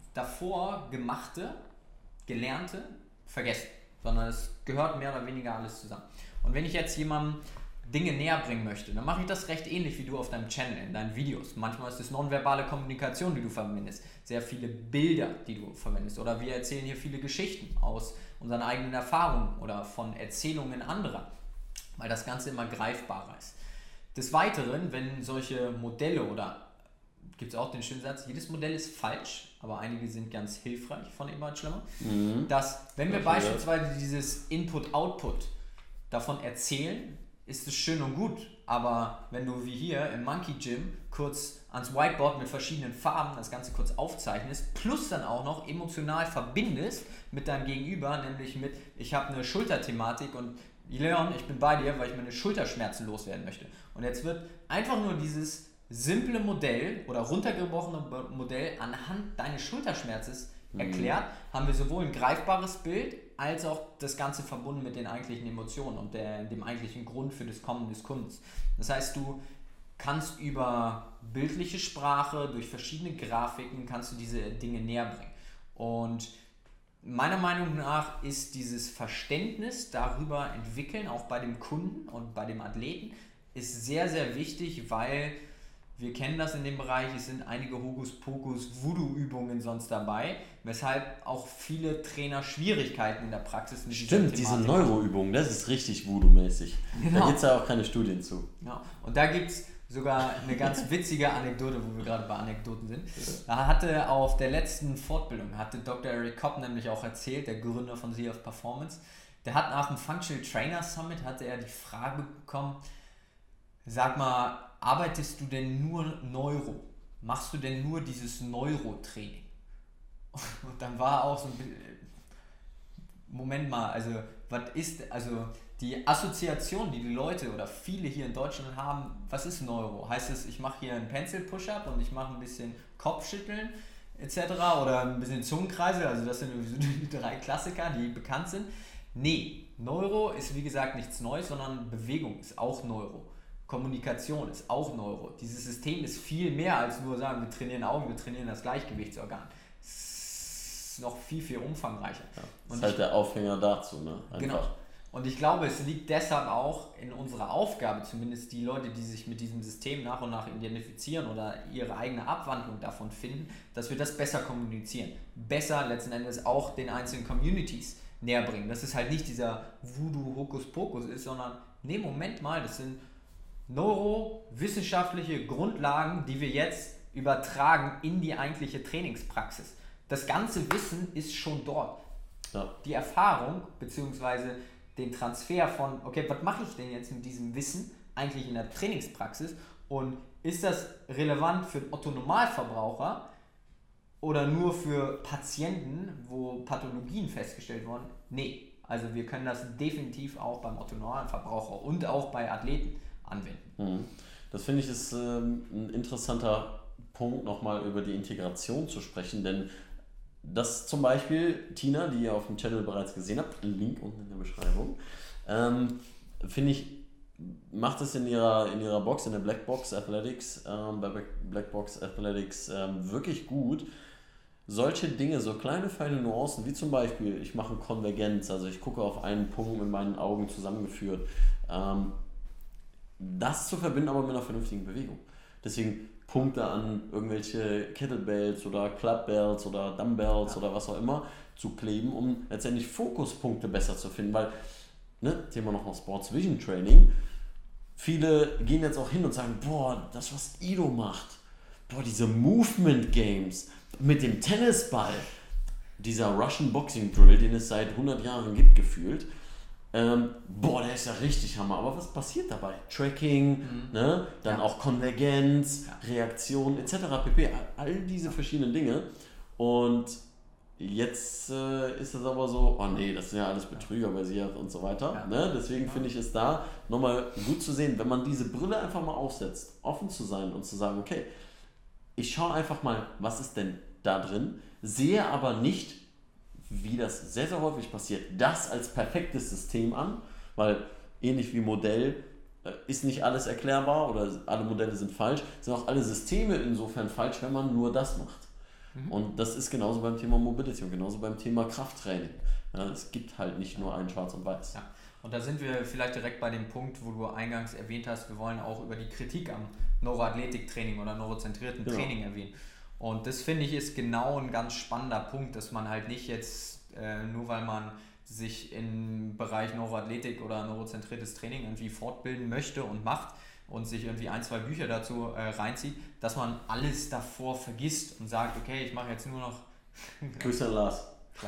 Speaker 7: davor Gemachte, Gelernte vergessen, sondern es gehört mehr oder weniger alles zusammen. Und wenn ich jetzt jemandem Dinge näher bringen möchte, dann mache ich das recht ähnlich wie du auf deinem Channel, in deinen Videos. Manchmal ist es nonverbale Kommunikation, die du verwendest, sehr viele Bilder, die du verwendest, oder wir erzählen hier viele Geschichten aus unseren eigenen Erfahrungen oder von Erzählungen anderer, weil das Ganze immer greifbarer ist. Des Weiteren, wenn solche Modelle oder, gibt es auch den schönen Satz, jedes Modell ist falsch, aber einige sind ganz hilfreich von Eberhard Schlemmer, mhm. dass wenn wir
Speaker 6: ja,
Speaker 7: beispielsweise ja. dieses Input-Output davon erzählen, ist es schön und gut, aber wenn du wie hier im Monkey Gym kurz ans Whiteboard mit verschiedenen Farben das Ganze kurz aufzeichnest, plus dann auch noch emotional verbindest mit deinem Gegenüber, nämlich mit, ich habe eine Schulterthematik und Leon, ich bin bei dir, weil ich meine Schulterschmerzen loswerden möchte. Und jetzt wird einfach nur dieses simple Modell oder runtergebrochene Modell anhand deines Schulterschmerzes erklärt, mhm. haben wir sowohl ein greifbares Bild, als auch das Ganze verbunden mit den eigentlichen Emotionen und der, dem eigentlichen Grund für das Kommen des Kundens. Das heißt, du kannst über bildliche Sprache, durch verschiedene Grafiken, kannst du diese Dinge näher bringen. Und meiner Meinung nach ist dieses Verständnis darüber entwickeln, auch bei dem Kunden und bei dem Athleten, ist sehr, sehr wichtig, weil wir kennen das in dem Bereich, es sind einige Hokuspokus-Voodoo-Übungen sonst dabei, weshalb auch viele Trainer Schwierigkeiten in der Praxis mit
Speaker 6: Stimmt, diese Neuroübungen, das ist richtig Voodoo-mäßig. Genau. Da gibt es ja auch keine Studien zu.
Speaker 7: Ja. Und da gibt es sogar eine ganz witzige Anekdote, wo wir gerade bei Anekdoten sind. Da hatte auf der letzten Fortbildung, hatte Doktor Eric Kopp nämlich auch erzählt, der Gründer von Z F Performance, der hat nach dem Functional Trainer Summit, hatte er die Frage bekommen, sag mal, arbeitest du denn nur Neuro? Machst du denn nur dieses Neurotraining? Und dann war auch so ein bisschen, Moment mal, also was ist, also die Assoziation, die die Leute oder viele hier in Deutschland haben, was ist Neuro? Heißt es, ich mache hier einen Pencil-Push-Up und ich mache ein bisschen Kopfschütteln et cetera oder ein bisschen Zungenkreisel, also das sind so die drei Klassiker, die bekannt sind. Nee, Neuro ist wie gesagt nichts Neues, sondern Bewegung ist auch Neuro. Kommunikation ist auch Neuro. Dieses System ist viel mehr als nur sagen, wir trainieren Augen, wir trainieren das Gleichgewichtsorgan. Es ist noch viel, viel umfangreicher.
Speaker 6: Ja, das ist halt der Aufhänger dazu, ne? Einfach.
Speaker 7: Genau. Und ich glaube, es liegt deshalb auch in unserer Aufgabe, zumindest die Leute, die sich mit diesem System nach und nach identifizieren oder ihre eigene Abwandlung davon finden, dass wir das besser kommunizieren. Besser letzten Endes auch den einzelnen Communities näher bringen. Dass es halt nicht dieser Voodoo-Hokuspokus ist, sondern nee, Moment mal, das sind neurowissenschaftliche Grundlagen, die wir jetzt übertragen in die eigentliche Trainingspraxis. Das ganze Wissen ist schon dort. Ja. Die Erfahrung bzw. den Transfer von, okay, was mache ich denn jetzt mit diesem Wissen eigentlich in der Trainingspraxis und ist das relevant für den Otto-Normalverbraucher oder nur für Patienten, wo Pathologien festgestellt wurden? Nee, also wir können das definitiv auch beim Otto-Normalverbraucher und auch bei Athleten anwenden.
Speaker 6: Das finde ich ist ähm, ein interessanter Punkt, nochmal über die Integration zu sprechen, denn das zum Beispiel, Tina, die ihr auf dem Channel bereits gesehen habt, Link unten in der Beschreibung, ähm, finde ich, macht es in ihrer, in ihrer Box, in der Blackbox Athletics, ähm, bei Blackbox Athletics ähm, wirklich gut. Solche Dinge, so kleine feine Nuancen, wie zum Beispiel, ich mache Konvergenz, also ich gucke auf einen Punkt mit meinen Augen zusammengeführt, ähm, das zu verbinden aber mit einer vernünftigen Bewegung. Deswegen Punkte an irgendwelche Kettlebells oder Clubbells oder Dumbbells ja. oder was auch immer zu kleben, um letztendlich Fokuspunkte besser zu finden, weil, ne, Thema nochmal Sports Vision Training, viele gehen jetzt auch hin und sagen, boah, das was Ido macht, boah, diese Movement Games mit dem Tennisball, dieser Russian Boxing Drill, den es seit hundert Jahren gibt, gefühlt, Ähm, boah, der ist ja richtig Hammer, aber was passiert dabei? Tracking, mhm. ne? Dann ja. auch Konvergenz, ja. Reaktion et cetera pp. All diese verschiedenen Dinge. Und jetzt äh, ist es aber so, oh nee, das sind ja alles Betrüger basiert und so weiter. Ja. Ne? Deswegen ja. finde ich es da nochmal gut zu sehen, wenn man diese Brille einfach mal aufsetzt, offen zu sein und zu sagen, okay, ich schaue einfach mal, was ist denn da drin, sehe aber nicht, wie das sehr, sehr häufig passiert, das als perfektes System an, weil ähnlich wie Modell äh, ist nicht alles erklärbar oder alle Modelle sind falsch, sind auch alle Systeme insofern falsch, wenn man nur das macht. Mhm. Und das ist genauso beim Thema Mobility und genauso beim Thema Krafttraining. Ja, es gibt halt nicht nur ein Schwarz und Weiß.
Speaker 7: Ja. Und da sind wir vielleicht direkt bei dem Punkt, wo du eingangs erwähnt hast, wir wollen auch über die Kritik am Neuroathletiktraining oder neurozentrierten genau. Training erwähnen. Und das finde ich ist genau ein ganz spannender Punkt, dass man halt nicht jetzt, äh, nur weil man sich im Bereich Neuroathletik oder neurozentriertes Training irgendwie fortbilden möchte und macht und sich irgendwie ein, zwei Bücher dazu äh, reinzieht, dass man alles davor vergisst und sagt, okay, ich mache jetzt nur noch...
Speaker 6: Grüße an Lars.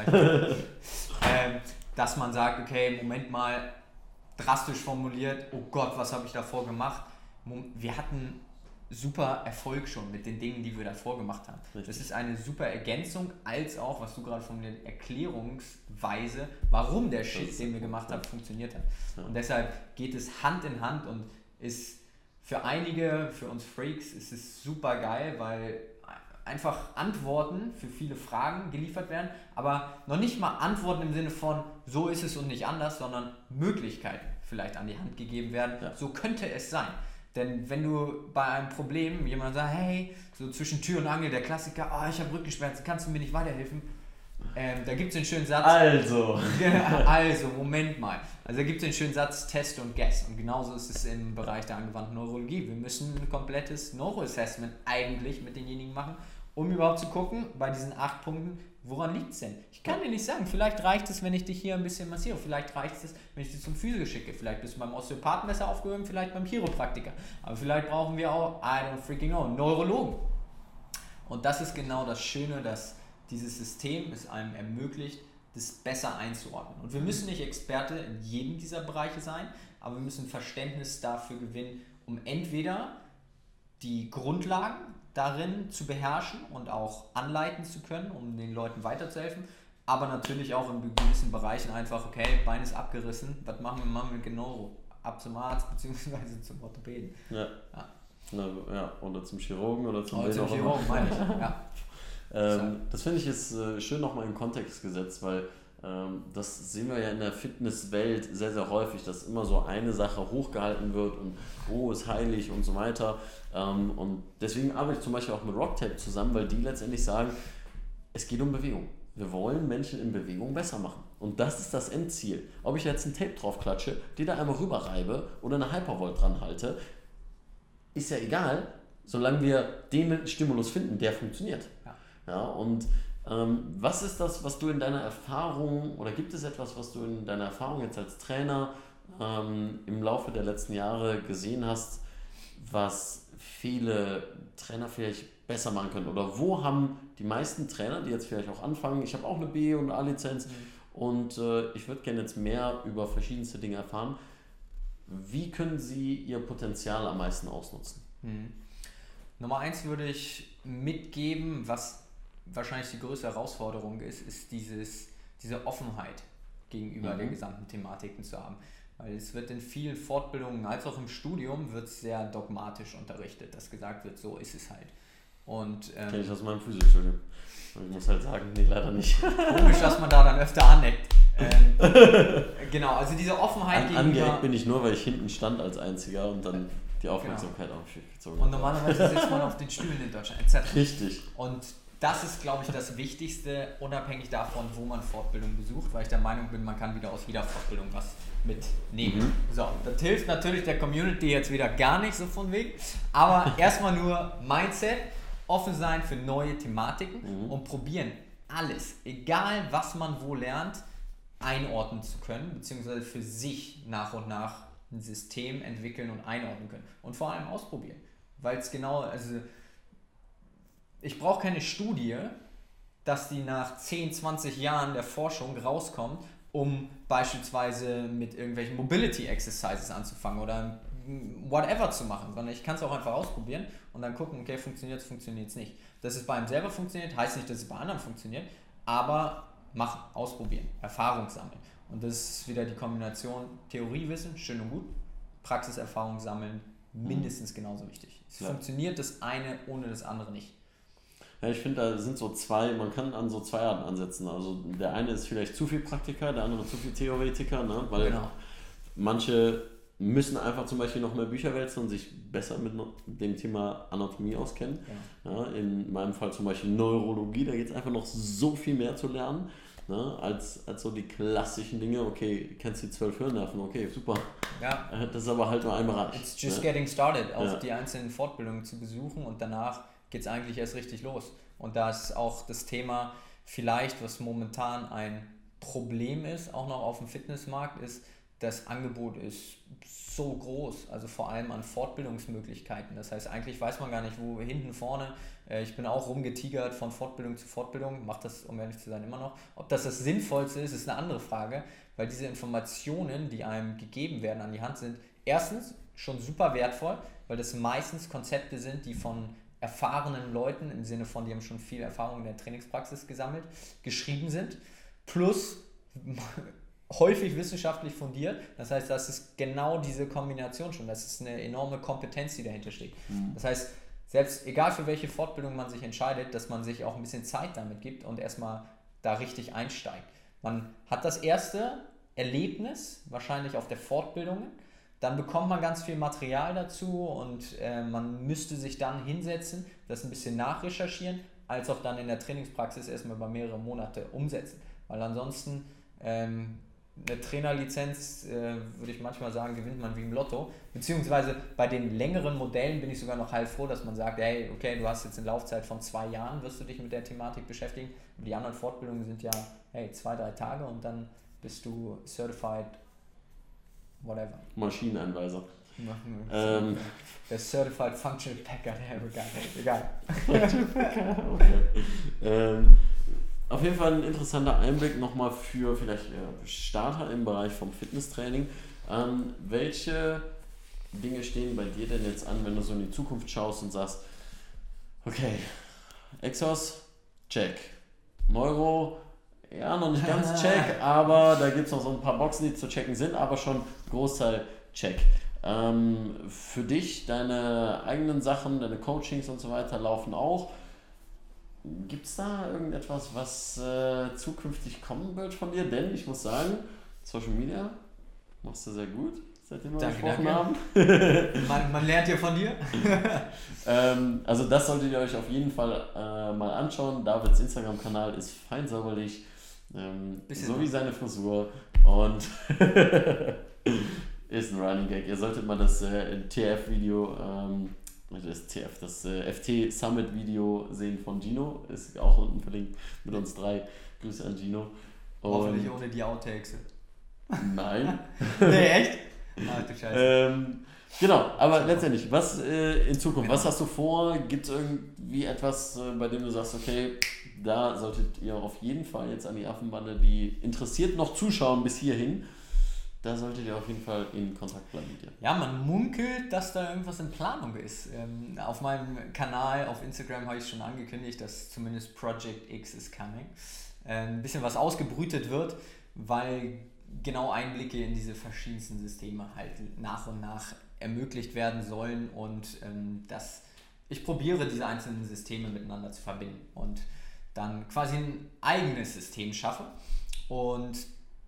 Speaker 7: ähm, dass man sagt, okay, Moment mal, drastisch formuliert, oh Gott, was habe ich davor gemacht? Wir hatten... super Erfolg schon mit den Dingen, die wir davor gemacht haben. Richtig. Das ist eine super Ergänzung, als auch, was du gerade von der Erklärungsweise, warum der Shit, den wir gemacht haben, funktioniert hat. Ja. Und deshalb geht es Hand in Hand und ist für einige, für uns Freaks, ist es super geil, weil einfach Antworten für viele Fragen geliefert werden, aber noch nicht mal Antworten im Sinne von, so ist es und nicht anders, sondern Möglichkeiten vielleicht an die Hand gegeben werden. Ja. So könnte es sein. Denn wenn du bei einem Problem jemand sagt, hey, so zwischen Tür und Angel, der Klassiker, oh, ich habe Rückenschmerzen, kannst du mir nicht weiterhelfen? Ähm, da gibt es den schönen Satz.
Speaker 6: Also.
Speaker 7: Also, Moment mal. Also da gibt es den schönen Satz, Test und Guess. Und genauso ist es im Bereich der angewandten Neurologie. Wir müssen ein komplettes Neuroassessment eigentlich mit denjenigen machen, um überhaupt zu gucken, bei diesen acht Punkten, woran liegt es denn? Ich kann dir nicht sagen, vielleicht reicht es, wenn ich dich hier ein bisschen massiere, vielleicht reicht es, wenn ich dich zum Physio schicke, vielleicht bist du beim Osteopathen besser aufgehoben, vielleicht beim Chiropraktiker, aber vielleicht brauchen wir auch, I don't freaking know, einen Neurologen. Und das ist genau das Schöne, dass dieses System es einem ermöglicht, das besser einzuordnen. Und wir müssen nicht Experte in jedem dieser Bereiche sein, aber wir müssen Verständnis dafür gewinnen, um entweder die Grundlagen darin zu beherrschen und auch anleiten zu können, um den Leuten weiterzuhelfen, aber natürlich auch in gewissen Bereichen einfach, okay, Bein ist abgerissen, was machen wir mal mit Neuro? Ab zum Arzt bzw. zum Orthopäden.
Speaker 6: Ja. Ja. Na, ja, oder zum Chirurgen oder zum,
Speaker 7: oder zum Chirurgen, meine ich. Ja.
Speaker 6: ähm, das finde ich jetzt äh, schön nochmal in Kontext gesetzt, weil ähm, das sehen wir ja in der Fitnesswelt sehr, sehr häufig, dass immer so eine Sache hochgehalten wird und oh, ist heilig und so weiter. Ähm, und deswegen arbeite ich zum Beispiel auch mit Rocktape zusammen, weil die letztendlich sagen, es geht um Bewegung. Wir wollen Menschen in Bewegung besser machen. Und das ist das Endziel. Ob ich jetzt ein Tape drauf klatsche, die da einmal rüberreibe oder eine Hypervolt dran halte, ist ja egal, solange wir den Stimulus finden, der funktioniert. Ja. Ja, und ähm, was ist das, was du in deiner Erfahrung, oder gibt es etwas, was du in deiner Erfahrung jetzt als Trainer ähm, im Laufe der letzten Jahre gesehen hast, was viele Trainer vielleicht besser machen können? Oder wo haben die meisten Trainer, die jetzt vielleicht auch anfangen, ich habe auch eine B- und A-Lizenz, mhm. und äh, ich würde gerne jetzt mehr über verschiedenste Dinge erfahren. Wie können Sie Ihr Potenzial am meisten ausnutzen?
Speaker 7: Hm. Nummer eins würde ich mitgeben, was wahrscheinlich die größte Herausforderung ist, ist dieses, diese Offenheit gegenüber mhm. der gesamten Thematiken zu haben. Weil es wird in vielen Fortbildungen als auch im Studium wird sehr dogmatisch unterrichtet, dass gesagt wird, so ist es halt. Und ähm,
Speaker 6: kenn ich aus meinem Physikstudium. Ich muss halt sagen, nee, leider nicht.
Speaker 7: Komisch, dass man da dann öfter aneckt. Ähm, genau, also diese Offenheit
Speaker 6: An,
Speaker 7: gegenüber...
Speaker 6: Angeeckt bin ich nur, weil ich hinten stand als Einziger und dann die Aufmerksamkeit genau. auf mich gezogen
Speaker 7: Und normalerweise sitzt man auf den Stühlen in Deutschland et cetera.
Speaker 6: Richtig.
Speaker 7: Und das ist, glaube ich, das Wichtigste, unabhängig davon, wo man Fortbildung besucht, weil ich der Meinung bin, man kann wieder aus jeder Fortbildung was mitnehmen. Mhm. So, das hilft natürlich der Community jetzt wieder gar nicht so von wegen, aber erstmal nur Mindset, offen sein für neue Thematiken mhm. und probieren alles, egal was man wo lernt, einordnen zu können, beziehungsweise für sich nach und nach ein System entwickeln und einordnen können und vor allem ausprobieren, weil es genau, also ich brauche keine Studie, dass die nach zehn, zwanzig Jahren der Forschung rauskommt, um beispielsweise mit irgendwelchen Mobility Exercises anzufangen oder whatever zu machen, sondern ich kann es auch einfach ausprobieren und dann gucken, okay, funktioniert es, funktioniert es nicht. Dass es bei einem selber funktioniert, heißt nicht, dass es bei anderen funktioniert, aber machen, ausprobieren, Erfahrung sammeln. Und das ist wieder die Kombination Theoriewissen, schön und gut, Praxiserfahrung sammeln, mindestens genauso wichtig. Es ja. funktioniert das eine ohne das andere nicht.
Speaker 6: Ja, ich finde, da sind so zwei, man kann an so zwei Arten ansetzen. Also der eine ist vielleicht zu viel Praktiker, der andere zu viel Theoretiker, ne? Weil
Speaker 7: genau.
Speaker 6: manche müssen einfach zum Beispiel noch mehr Bücher wälzen und sich besser mit dem Thema Anatomie auskennen. Ja. Ja, in meinem Fall zum Beispiel Neurologie, da geht es einfach noch so viel mehr zu lernen, ne? als, als so die klassischen Dinge. Okay, kennst du die zwölf Hirnnerven? Okay, super.
Speaker 7: Ja.
Speaker 6: Das ist aber halt nur ein Bereich.
Speaker 7: It's just
Speaker 6: ne?
Speaker 7: getting started, auch
Speaker 6: ja.
Speaker 7: die einzelnen Fortbildungen zu besuchen und danach geht es eigentlich erst richtig los. Und da ist auch das Thema vielleicht, was momentan ein Problem ist, auch noch auf dem Fitnessmarkt, ist, das Angebot ist so groß, also vor allem an Fortbildungsmöglichkeiten. Das heißt, eigentlich weiß man gar nicht, wo hinten, vorne, äh, ich bin auch rumgetigert von Fortbildung zu Fortbildung, mache das, um ehrlich zu sein, immer noch. Ob das das Sinnvollste ist, ist eine andere Frage, weil diese Informationen, die einem gegeben werden, an die Hand sind, erstens schon super wertvoll, weil das meistens Konzepte sind, die von erfahrenen Leuten, im Sinne von, die haben schon viel Erfahrung in der Trainingspraxis gesammelt, geschrieben sind, plus häufig wissenschaftlich fundiert. Das heißt, das ist genau diese Kombination schon. Das ist eine enorme Kompetenz, die dahinter steht. Mhm. Das heißt, selbst egal für welche Fortbildung man sich entscheidet, dass man sich auch ein bisschen Zeit damit gibt und erstmal da richtig einsteigt. Man hat das erste Erlebnis wahrscheinlich auf der Fortbildung, dann bekommt man ganz viel Material dazu und äh, man müsste sich dann hinsetzen, das ein bisschen nachrecherchieren, als auch dann in der Trainingspraxis erstmal über mehrere Monate umsetzen. Weil ansonsten ähm, eine Trainerlizenz, äh, würde ich manchmal sagen, gewinnt man wie im Lotto. Beziehungsweise bei den längeren Modellen bin ich sogar noch heilfroh, dass man sagt, hey, okay, du hast jetzt eine Laufzeit von zwei Jahren, wirst du dich mit der Thematik beschäftigen. Aber die anderen Fortbildungen sind ja, hey, zwei, drei Tage und dann bist du certified, whatever.
Speaker 6: Maschineneinweiser.
Speaker 7: ähm. Der Certified Functional Packer, der egal.
Speaker 6: egal. okay. ähm, Auf jeden Fall ein interessanter Einblick nochmal für vielleicht Starter im Bereich vom Fitnesstraining. Ähm, welche Dinge stehen bei dir denn jetzt an, wenn du so in die Zukunft schaust und sagst, okay, Exos, check. Neuro, ja, noch nicht ganz check, aber da gibt es noch so ein paar Boxen, die zu checken sind, aber schon Großteil check. Ähm, für dich, deine eigenen Sachen, deine Coachings und so weiter laufen auch. Gibt es da irgendetwas, was äh, zukünftig kommen wird von dir? Denn ich muss sagen, Social Media machst du sehr gut, seitdem wir
Speaker 7: danke,
Speaker 6: gesprochen
Speaker 7: danke.
Speaker 6: haben.
Speaker 7: man, man lernt ja von dir.
Speaker 6: ähm, also das solltet ihr euch auf jeden Fall äh, mal anschauen. Davids Instagram-Kanal ist fein säuberlich, ähm, so wie seine Frisur und ist ein Running Gag. Ihr solltet mal das äh, T F-Video ähm, das T F, das äh, F T Summit Video sehen von Gino, ist auch unten verlinkt mit uns drei. Grüße an Gino. Und
Speaker 7: hoffentlich ohne die Outtakes.
Speaker 6: Nein.
Speaker 7: Nee, echt? Ach du Scheiße.
Speaker 6: ähm, genau, aber letztendlich, was äh, in Zukunft, genau. was hast du vor? Gibt es irgendwie etwas, äh, bei dem du sagst, okay, da solltet ihr auf jeden Fall jetzt an die Affenbande, die interessiert noch zuschauen bis hierhin, da solltet ihr auf jeden Fall in Kontakt bleiben mit dir.
Speaker 7: Ja, man munkelt, dass da irgendwas in Planung ist. Ähm, auf meinem Kanal auf Instagram habe ich schon angekündigt, dass zumindest Project X is coming. Äh, ein bisschen was ausgebrütet wird, weil genau Einblicke in diese verschiedensten Systeme halt nach und nach ermöglicht werden sollen und ähm, dass ich probiere, diese einzelnen Systeme miteinander zu verbinden und dann quasi ein eigenes System schaffe. Und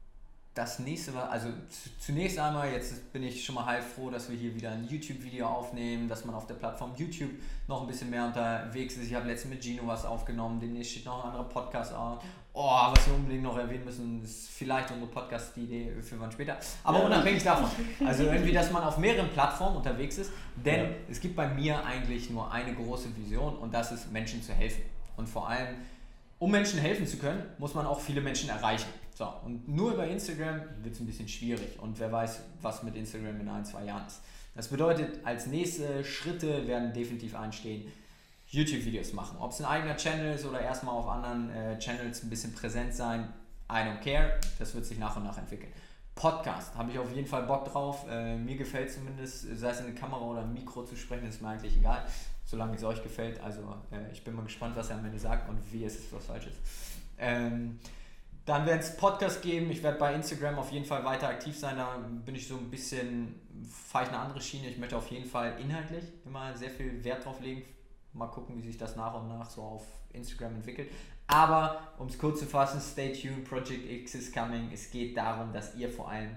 Speaker 7: das nächste war, also zunächst einmal, jetzt bin ich schon mal heilfroh, dass wir hier wieder ein YouTube-Video aufnehmen, dass man auf der Plattform YouTube noch ein bisschen mehr unterwegs ist. Ich habe letztens mit Gino was aufgenommen, demnächst steht noch ein anderer Podcast an. Oh, was wir unbedingt noch erwähnen müssen, ist vielleicht unsere Podcast-Idee für wann später. Aber ja, unabhängig davon, also irgendwie, dass man auf mehreren Plattformen unterwegs ist, denn ja. es gibt bei mir eigentlich nur eine große Vision und das ist, Menschen zu helfen. Und vor allem, um Menschen helfen zu können, muss man auch viele Menschen erreichen. So, und nur über Instagram wird es ein bisschen schwierig und wer weiß, was mit Instagram in ein, zwei Jahren ist. Das bedeutet, als nächste Schritte werden definitiv anstehen, YouTube-Videos machen. Ob es ein eigener Channel ist oder erstmal auf anderen äh, Channels ein bisschen präsent sein, I don't care, das wird sich nach und nach entwickeln. Podcast, habe ich auf jeden Fall Bock drauf, äh, mir gefällt zumindest, sei es in eine Kamera oder ein Mikro zu sprechen, ist mir eigentlich egal, solange es euch gefällt. Also äh, ich bin mal gespannt, was er am Ende sagt und wie es ist, was falsch ist. Ähm, Dann wird es Podcast geben, ich werde bei Instagram auf jeden Fall weiter aktiv sein, da bin ich so ein bisschen, fahre ich eine andere Schiene, ich möchte auf jeden Fall inhaltlich immer sehr viel Wert drauf legen, mal gucken, wie sich das nach und nach so auf Instagram entwickelt. Aber, um es kurz zu fassen, stay tuned, Project X is coming, es geht darum, dass ihr vor allem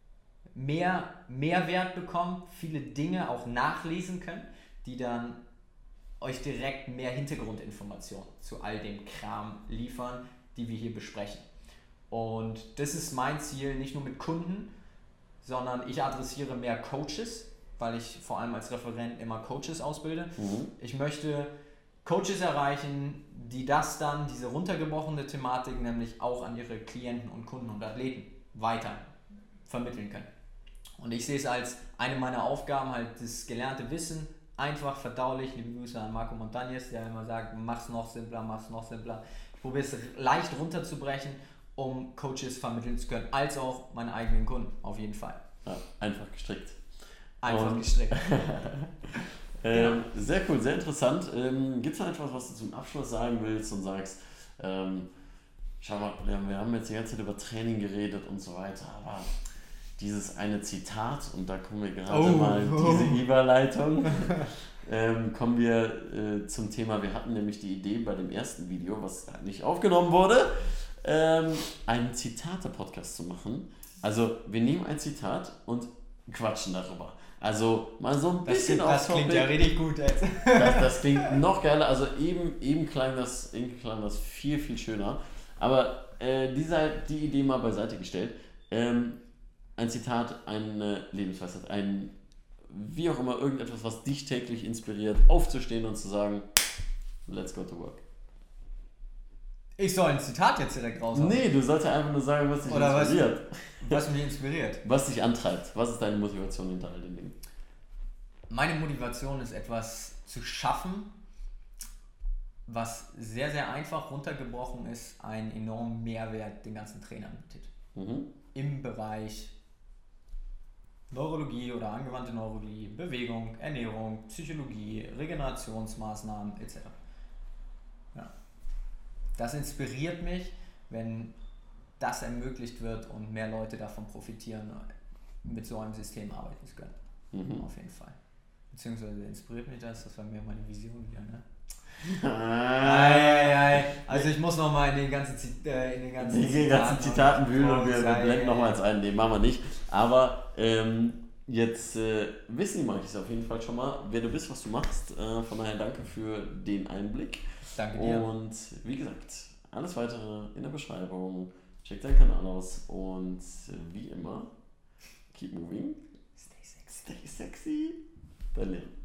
Speaker 7: mehr Mehrwert bekommt, viele Dinge auch nachlesen könnt, die dann euch direkt mehr Hintergrundinformationen zu all dem Kram liefern, die wir hier besprechen. Und das ist mein Ziel, nicht nur mit Kunden, sondern ich adressiere mehr Coaches, weil ich vor allem als Referent immer Coaches ausbilde. Mhm. Ich möchte Coaches erreichen, die das dann, diese runtergebrochene Thematik, nämlich auch an ihre Klienten und Kunden und Athleten weiter vermitteln können. Und ich sehe es als eine meiner Aufgaben, halt das gelernte Wissen, einfach verdaulich. Liebe Grüße an Marco Montañez, der immer sagt, mach's noch simpler, mach's noch simpler. Ich probiere es leicht runterzubrechen, um Coaches vermitteln zu können, als auch meine eigenen Kunden, auf jeden Fall.
Speaker 6: Ja, einfach gestrickt.
Speaker 7: Einfach
Speaker 6: und
Speaker 7: gestrickt.
Speaker 6: ähm, genau. Sehr cool, sehr interessant. Ähm, Gibt es noch etwas, was du zum Abschluss sagen willst und sagst, ähm, schau mal, wir haben jetzt die ganze Zeit über Training geredet und so weiter, aber dieses eine Zitat, und da kommen wir gerade oh, mal, oh. diese Überleitung, ähm, kommen wir äh, zum Thema, wir hatten nämlich die Idee bei dem ersten Video, was nicht aufgenommen wurde, ähm, einen Zitate-Podcast zu machen. Also wir nehmen ein Zitat und quatschen darüber. Also mal so ein bisschen
Speaker 7: auf Das klingt ja richtig gut jetzt.
Speaker 6: Das, das klingt noch geiler. Also eben, eben, klang das, eben klang das viel, viel schöner. Aber äh, diese, die Idee mal beiseite gestellt. Ähm, ein Zitat, eine Lebensweisheit, ein wie auch immer, irgendetwas, was dich täglich inspiriert, aufzustehen und zu sagen, let's go to work.
Speaker 7: Ich soll ein Zitat jetzt direkt raushauen?
Speaker 6: Nee, du sollst einfach nur sagen, was dich
Speaker 7: Oder
Speaker 6: inspiriert.
Speaker 7: Was, was mich inspiriert.
Speaker 6: Was dich antreibt. Was ist deine Motivation hinter all den Dingen?
Speaker 7: Meine Motivation ist, etwas zu schaffen, was sehr, sehr einfach runtergebrochen ist, einen enormen Mehrwert den ganzen Trainern bietet. Mhm. Im Bereich Neurologie oder angewandte Neurologie, Bewegung, Ernährung, Psychologie, Regenerationsmaßnahmen et cetera. Ja. Das inspiriert mich, wenn das ermöglicht wird und mehr Leute davon profitieren, mit so einem System arbeiten zu können. Mhm. Auf jeden Fall. Beziehungsweise inspiriert mich das, das war mir meine Vision wieder, ne? ei, ei, ei. Also ich muss nochmal in den ganzen, Zit- äh, in den ganzen,
Speaker 6: die Zitaten, ganzen Zitaten wühlen und wir, wir blenden nochmal eins ein. Nee, machen wir nicht. Aber ähm, jetzt äh, wissen die Monkeys auf jeden Fall schon mal, wer du bist, was du machst. Äh, von daher danke für den Einblick.
Speaker 7: Danke dir.
Speaker 6: Und wie gesagt, alles weitere in der Beschreibung. Check deinen Kanal aus und wie immer, keep moving.
Speaker 7: Stay sexy.
Speaker 6: Stay sexy. Dein Leon.